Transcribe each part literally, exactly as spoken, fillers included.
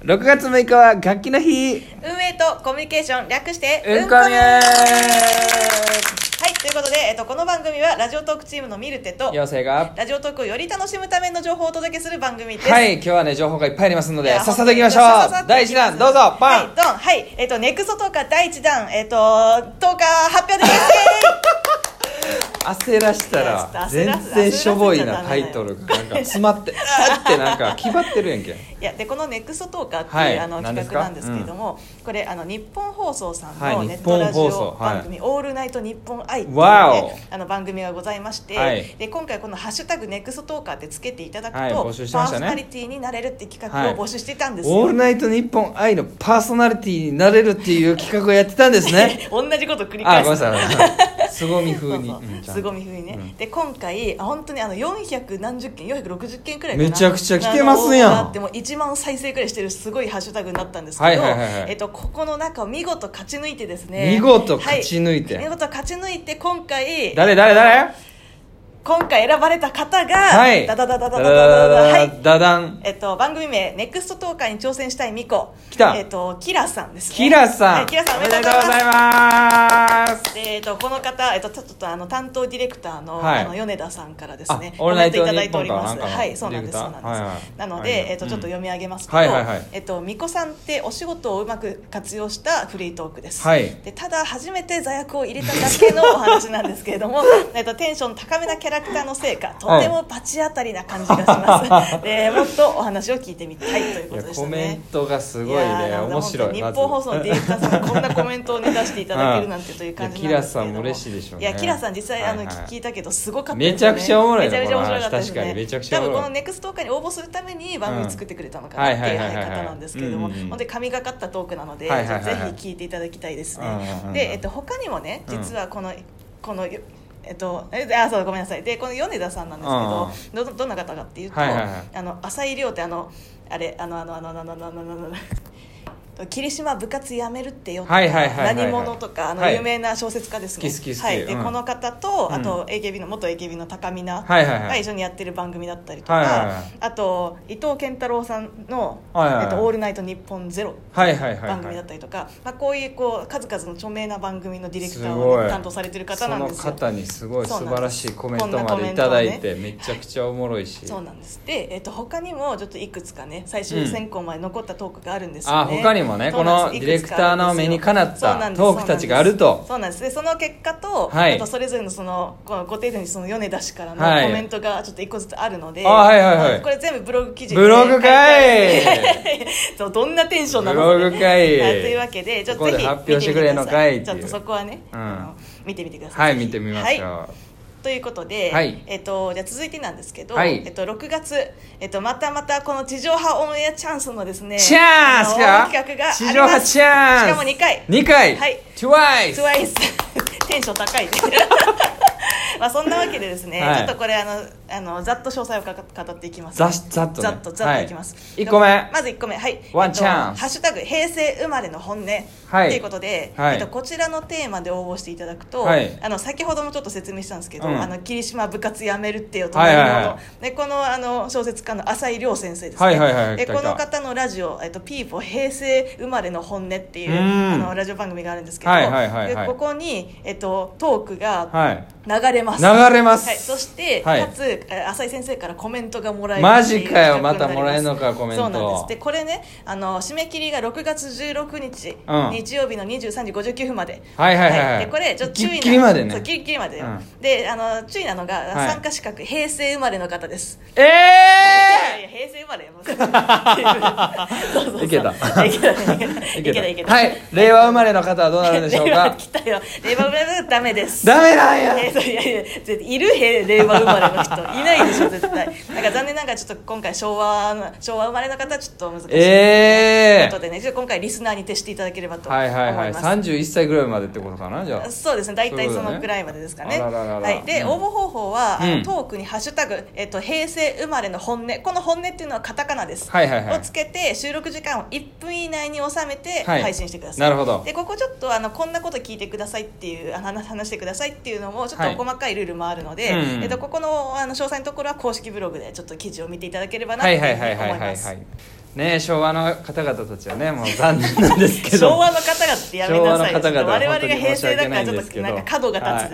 ろくがつむいかは楽器の日。 運営とコミュニケーション略してうんこみゅー。 はい、ということで、えっと、この番組はラジオトークチームのミルテと妖精がラジオトークをより楽しむための情報をお届けする番組です。 はい、今日はね情報がいっぱいありますのでさっさといきましょさささう。だいいちだんどうぞ。パン。 はい、ドン。はい、えっとネクストトーカーだいいちだん、えっととおか発表です。 焦らしたら全然しょぼいなタイトルがなんか詰まってあってなんか決まってるやんけ。 いやでこのネクストトーカーっていう、 はい、 あの企画なんですけれども、うん、これあの日本放送さんはい、 のネットラジオ番組、はい、オールナイトニッポン愛っていう、ね、あの番組がございまして、はい、で今回このハッシュタグネクストトーカーってつけていただくと、はい、募集してましたね、パーソナリティになれるっていう企画を募集していたんですよ、はい、 オールナイトニッポン愛のパーソナリティになれるっていう企画をやってたんですね。 同じこと繰り返す。 あ、ごめんなさい。すごみ風にそうそう、すごみ風にね、うん、で今回本当にあのよんひゃくなんじゅっけんよんひゃくろくじゅっけんくらいかな、 めちゃくちゃ来てますやん。 あってもいちまん再生くらいしてるすごいハッシュタグになったんですけど、はいはいはいはい、えっと、ここの中を見事勝ち抜いてですね、 見事勝ち抜いて、 はい、見事勝ち抜いて今回誰誰誰今回選ばれた方が、 はい、 ダダダダダダダダダ、はい、 ダダン、 えっと、番組名ネクストトーカーに挑戦したいミコ、 来た、 えっと、キラさんですね。 キラさん、 はい、キラさんおめでとうございます。で、えっと、この方、えっと、ちょっとあの担当ディレクターの、はい、あの米田さんからですねコメントいただいております。はい、そうなんです、そうなんです、はいはい、なので、はい、えっと、ちょっと読み上げますけど、はいはいはい、えっと、ミコさんってお仕事をうまく活用したフリートークです、はい、でただ初めて座役を入れただけのお話なんですけれどもえっと、テンション高めなキャラクターのせいかとてもバチ当たりな感じがしますでもっとお話を聞いてみたいということでしたね。 コメントがすごいね、面白い。 日本放送のディレクターさんがこんなコメントを、ね、出していただけるなんてという感じなんですけれども、 キラさんも嬉しいでしょうね。 いやキラさん実際あの、はいはい、聞いたけどすごかったですね。めちゃくちゃおもろい、 めちゃくちゃ面白かったですね。 確かにめちゃくちゃおもろい。 多分このネクストトーカーに応募するために番組作ってくれたのかなっていう方なんですけれども、本当に神がかったトークなので、はいはいはいはい、ぜひ聞いていただきたいですね、うんうん、で、えっと、他にもね実はこの、うん、このえっと、あそうごめんなさい。でこの米田さんなんですけど、 ど, どんな方かっていうと、はいはいはい、あの浅井亮ってあのあれあのあのあのあのあのあのあの霧島部活やめるってよとか、はいはいはいはいはい、何者とかあの有名な小説家ですね、はい、で、うん、この方とあと エーケービー の元 エーケービー の高見菜が一緒にやってる番組だったりとか、はいはいはい、あと伊藤健太郎さんの、はいはいはい、えっと、オールナイトニッポンゼロ番組だったりとか、はいはいはいはい、まあ、こういう、こう数々の著名な番組のディレクターを、ね、担当されてる方なんですよ。 その方にすごい素晴らしいコメントまでいただいて、ね、めちゃくちゃおもろいし、 そうなんです。で、えっと、他にもちょっといくつかね最終選考まで残ったトークがあるんですよね、 うん、あ他にもねこのディレクターの目にかなったトークたちがあると。 そうなんです。でその結果と、はい、あとそれぞれのそのご程度にその米田氏からのコメントがちょっと一個ずつあるので、 はいはいはいはい、 これ全部ブログ記事でブログかいそうどんなテンションなのブログかい、 はい、というわけでちょっとぜひ発表してくれのかいっていう、 ちょっとそこはね、うん、あの見てみてください。 はい見てみましょう、はいということで、はい、えっと、じゃあ続いてなんですけど、はい、えっと、ろくがつ、えっと、またまたこの地上波オンエアチャンスのですねチャンスか企画があります。 地上波チャンス、 しかもにかいにかい、 はい、 トゥワイストゥワイステンション高いまあそんなわけでですね、はい、ちょっとこれあのあのざっと詳細をか語っていきます、 ね、ざ, ざっと、ね、 ざっとざっといきます、 はい、いっこめまずいっこめ、はい、 ワンチャンス、 ハッシュタグ平成生まれの本音、はい、ということで、はい、えっと、こちらのテーマで応募していただくと、はい、あの先ほどもちょっと説明したんですけど、うん、あの霧島部活やめるってよと、はいはいはい、でこの、あの小説家の浅井亮先生ですね、はいはいはい、でこの方のラジオ、えっと、ピーポ平成生まれの本音っていうあのラジオ番組があるんですけど、はいはいはいはい、でここに、えっと、トークが流れます、 はい、流れます、 はい、そして、はい、かつ浅井先生からコメントがもらえるマジかよ、またもらえるのかコメント。 そうなんです。でこれね、あの締め切りがろくがつじゅうろくにち、うん、日曜日のにじゅうさんじごじゅうきゅうふんまで、 はいはいはい、はい、 でこれちょっと注意なギリギリまでね、 そうギリギリまでよ、うん、であの注意なのが、はい、参加資格平成生まれの方です。 ええー、いやいや平成生まれそうそうそういけたいけたいけたいけたいけた、 はい、令和生まれの方はどうなるんでしょうか。 令和来たよ、令和生まれの方ダメです。 ダメなんや、 えー、いやいやいるへ令和生まれの人いないでしょ絶対。なんか残念ながらちょっと今回昭和昭和生まれの方はちょっと難しいということでね、今回リスナーに徹していただければと思います。はいはいはい、 さんじゅういっさいぐらいまでってことかな。じゃあそうですね、大体そのくらいまでですかね。はい、で、うん、応募方法は、うん、トークにハッシュタグ、えっと、平成生まれの本音、この本音っていうのはカタカナです、はいはいはい、をつけて収録時間をいっぷん以内に収めて配信してください、はい、なるほど。でここちょっとあのこんなこと聞いてくださいっていう話話してくださいっていうのもちょっと細かいルールもあるので、はい、えっと、ここの、あの詳細のところは公式ブログでちょっと記事を見ていただければなと思います。 ね、昭和の方々たちはねもう残念なんですけど昭和の方々ってやめなさい。 昭和の方々は我々が平成だからちょっとなんか角が立つ、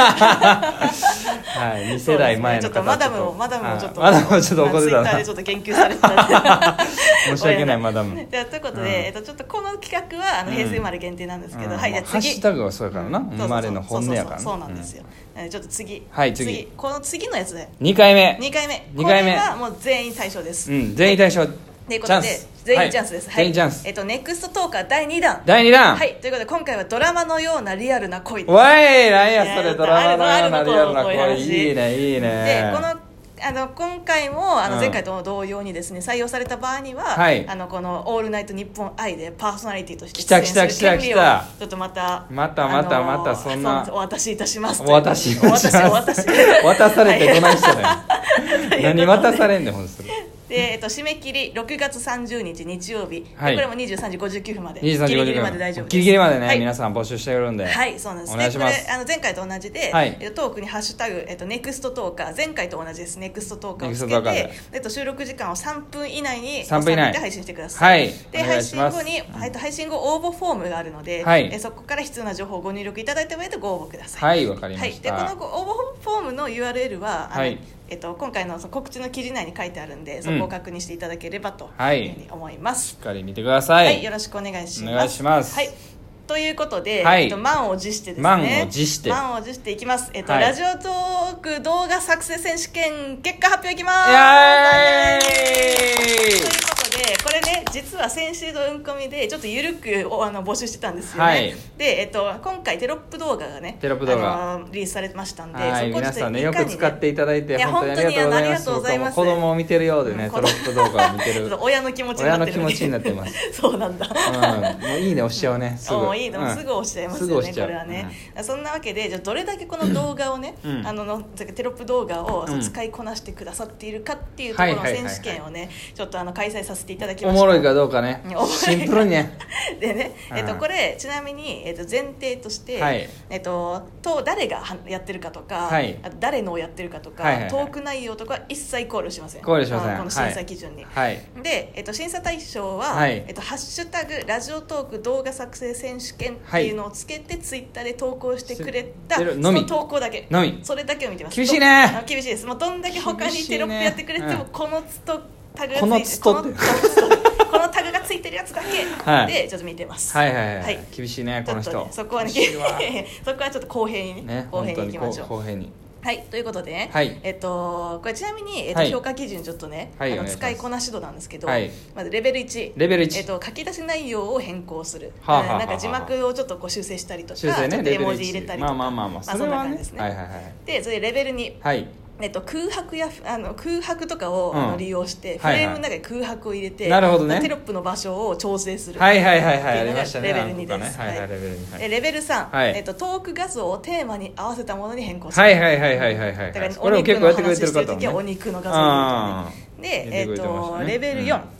はい、に世代前の方ちょっとマダムもマダムもちょっとマダムもちょっと怒ってたツイッターでちょっと言及されてた申し訳ないマダムじゃあということで、うんえっと、ちょっとこの企画はあの平成生まれ限定なんですけど、 うんはい、じゃあ次ハッシュタグはそうやからな、うん、生まれの本音やからな。 そうなんですよ、うん、ちょっと次、 はい、次次この次のやつでにかいめにかいめにかいめこれはもう全員対象です、 うん、全員対象、はいということで全員チャンスです、はい、 全員チャンス、 えっと、ネクストトーカーだいにだんだいにだん、 はい、ということで今回はドラマのようなリアルな恋です。 わい、なんやそれ、ドラマのようなリアルな恋、いいねいいね。 でこのあの今回もあの前回と同様にですね、うん、採用された場合には、はい、あのこのオールナイトニッポン愛でパーソナリティとして出演する権利をちょっとまたまたまたまたそんなお渡しいたします。 お渡しいたします。 お渡し渡されてどないしたのよ何渡されんねんほんとに。 でえっと、締め切りろくがつさんじゅうにち日曜日、はい、これもにじゅうさんじごじゅうきゅうふんまでギリギリまで大丈夫です。 ギリギリまでね、 はい、 皆さん募集してるんで、 はいそうなんです。 お願いします。 でこれあの前回と同じで、はい、えっと、トークにハッシュタグ、えっと、ネクストトーカー、前回と同じです。ネクストトーカーをつけて、えっと、収録時間をさんぷん以内にさんぷん以内で配信してください。 はい、 で配信後に、えっと、配信後応募フォームがあるので、はい、えそこから必要な情報をご入力いただいた上でご応募ください。 はい、わかりました。 はい、でこの応募フォームの ユーアールエル はあの、はい、えっと、今回のその告知の記事内に書いてあるんで、そこを確認していただければというふうに思います、 はい、しっかり見てください。 はい、よろしくお願いします。 お願いします。 はい、ということで、 はい、 えっと、満を持してですね満を持して満を持していきます、えっとはい、 ラジオトーク動画作成選手権結果発表いきます。 イエーイということでこれね実は先週のうんこみでちょっとゆるくあの募集してたんですよね、はい、で、えっと、今回テロップ動画がねテロップ動画あのリリースされましたんで、 はい、 そこ皆さんねいかによく使っていただいてい本当にありがとうございます。僕も子供を見てるようでね、うん、テロップ動画を見てる親の気持ちになってる、 親の気持ちになってますそうなんだ、 うん、もういいね押しちゃうねすぐもういいね、うん、すぐ押しちゃいますよね、これはね、うん、そんなわけでじゃあどれだけこの動画をね、うん、あののテロップ動画を使いこなしてくださっているかっていうところの選手権をねちょっとあの開催させていただきました。 おもろいかどうかねシンプルにねでね、えっと、これちなみに、えっと、前提として、はい、えっと、と誰がやってるかとか、はい、あと誰のをやってるかとか、はいはいはい、トーク内容とかは一切考慮しません。 考慮しません。 この審査基準に、はい、で、えっと、審査対象は、はい、えっと、ハッシュタグラジオトーク動画作成選手権っていうのをつけて、はい、ツイッターで投稿してくれたその投稿だけのみそれだけを見てます。 厳しいね。 厳しいです。もうどんだけ他にテロップやってくれても、ね、うん、このツとタグがついてこのツとってこのタグがついてるやつだけでちょっと見てます。 はいはいはい、はい、厳しいねこの人、 ね、そこはねそこはちょっと公平にね、ね、公平にいきましょう。 公平に。 はいということでね、 はい、 えっと、これちなみに、えっとはい、評価基準ちょっとね、はい、あの使いこなし度なんですけど、はい、まずレベルいち、 レベルいち、 えっと、書き出し内容を変更する、 はあはあはあ、 なんか字幕をちょっとこう修正したりとか、 ね、ちょっと絵文字入れたりとか、 まあまあまあまあ、 まあ、そんな感じですね。 はいはいはい、 でそれレベルに、はい、えっと、空白やあの空白とかを、うん、あの利用してフレームの中に空白を入れて、 なるほどね、 テロップの場所を調整する、 はいはいはいはい、ありましたね、 レベルにです。レベルさん、はい、えっと、トーク画像をテーマに合わせたものに変更する。 はいはいはいはいはいはい、 だからお肉の話してる時はお肉の画像を入れて、ね、で、えっと、レベルよん、うん、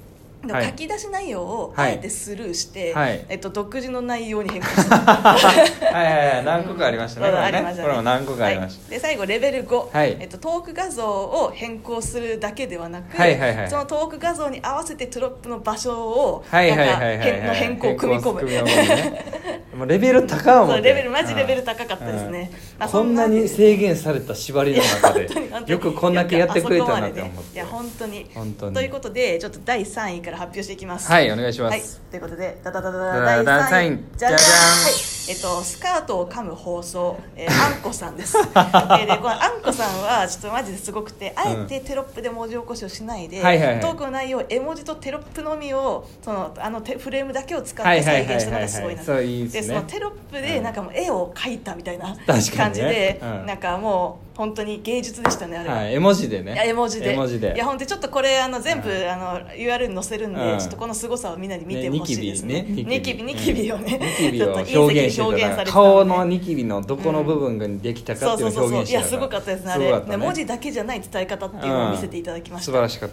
書き出し内容をあえてスルーして、はい、えっと、独自の内容に変更するはいはいはい、何個かありましたね、うん、これね、これも何個かありました、 はい、で最後レベルご、はい、えっと、トーク画像を変更するだけではなく、はいはいはい、そのトーク画像に合わせてテロップの場所を変更を組み込む、ね、 もうレベル高いもんね。 レベルマジレベル高かったですね、 うん、まあ、こんなに制限された縛りの中でよくこんだけやってくれたなって思って、 いや本当に本当にということでちょっとだいさんいから発表していきます。 はい、お願いします、はい、 ということでダダダダダだいさんいじゃじゃん、はい、えっと、スカートを噛む放送、えー、あんこさんです、えー、でこのあんこさんはちょっとマジですごくて、あえてテロップで文字起こしをしないで、うん、はいはいはい、トークの内容絵文字とテロップのみをそのあのフレームだけを使って再現したのがすごいな。でそのテロップでなんかもう絵を描いたみたいな感じで、ね、うん、なんかもう本当に芸術でしたね、あれは、はい、 絵文字でね、 いや絵文字で、 絵文字で、 いや本当にちょっとこれあの全部、うん、あの ユーアールエル に載せるんで、うん、ちょっとこの凄さをみんなに見てほしいですね。ニキビニキビをね、 ニキビを表現してた、顔のニキビのどこの部分ができたかっていうのを表現してた、 いやすごかったですね、あれね、文字だけじゃない伝え方っていうのを見せていただきました、 うん、素晴らしかった、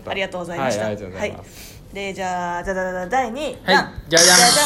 ありがとうございました、 はい、ありがとうございます、 はい、でじゃあじゃじゃじゃだいにい、 はい、じゃじゃん、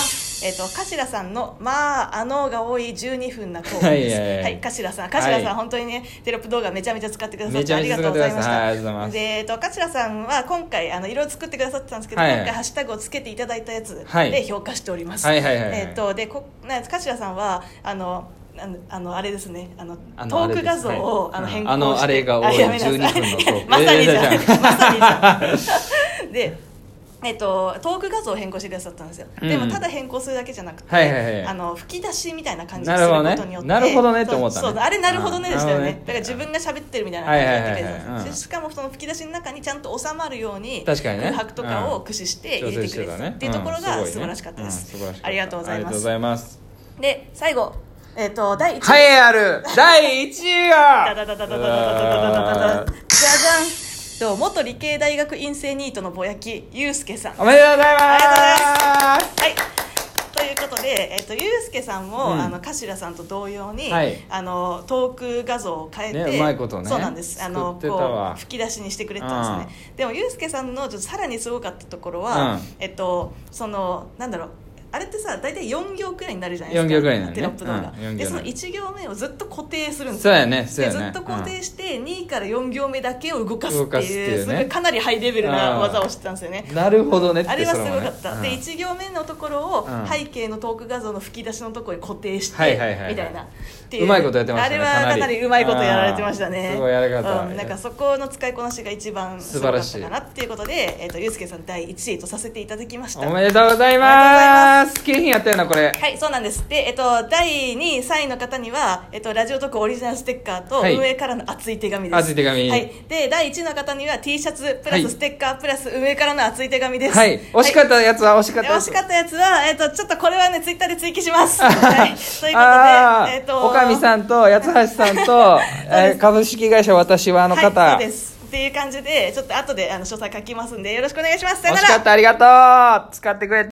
えっと頭さんのまああのが多いじゅうにふんなトークです。 はいはいはい、 はい、頭さん頭さん、はい、本当にねテロップ動画めちゃめちゃ使ってくださってありがとうございました。 はい、ありがとうございます。 で、えっと頭さんは今回あのいろいろ作ってくださってたんですけど、はいはい、今回ハッシュタグをつけていただいたやつで評価しております。 はいはいはいはい、 えっとでこな頭さんはあのあのあのあれですねあのトーク画像をあの変更して、 あのあれが多いじゅうにふんのトークまさにじゃん、えー、まさにじゃんでえっと、トーク画像を変更してくださったんですよ、うん、でもただ変更するだけじゃなくて、はいはいはい、あの吹き出しみたいな感じにすることによってなるほどねって思ったね。 そうそうあれなるほどねでしたよね、だから自分が喋ってるみたいな感じでやってくれたんです。しかもその吹き出しの中にちゃんと収まるように確かに、ね、 空白とかを駆使して入れてくれたっていうところが素晴らしかったです、うんうん、ありがとうございます。 ありがとうございます。 で最後えー、とだいいちいはいあるだいいちいがダダダダダダダダダダダじゃじゃん元理系大学院生ニートのぼやきゆうすけさん、 おめでとうございます。 ありがとうございます。はいということで、えー、とゆうすけさんも、うん、あの頭さんと同様に、はい、あのトーク画像を変えて、 ね、うまいことねそうなんですあのこう吹き出しにしてくれてたんですね、うん、でもゆうすけさんのちょっとさらにすごかったところは、うんえっと、そのなんだろうあれってさ大体よん行くらいになるじゃないですか。 よん行くらいになるね。 テロップ動画、うん、でそのいち行目をずっと固定するんですよ。そうやねそうやね。 でずっと固定して、うん、にからよん行目だけを動かすっていう、すごいかなりハイレベルな技をしてたんですよね。 なるほどねって。 あれはすごかった、 ね、 でいち行目のところを背景のトーク画像の吹き出しのところに固定して、はいはいはいはい、みたいなっていう。 うまいことやってましたね。 あれはかなりうまいことやられてましたね。 すごいやられ方、 うん、なんかそこの使いこなしが一番すごかったかなっていうことで、えー、とゆうすけさんだいいちいとさせていただきました。 おめでとうございます。景品やったよなこれ。 はいそうなんです。で、えっと、だいにいさんいの方には、えっと、ラジオトークオリジナルステッカーと運営からの熱い手紙です。 熱い手紙、 はい、でだいいちいの方には T シャツプラスステッカー、はい、プラス運営からの熱い手紙です。 はい惜しかったやつは惜しかったやつ、 惜しかったやつは、えっと、ちょっとこれはねツイッターで追記します。はい、ということで、えっと、 おかみさんと八橋さんと、えー、株式会社私はあの方、 はい、そうですっていう感じでちょっと後であの詳細書きますんでよろしくお願いします。さよなら。 惜しかったありがとう使ってくれて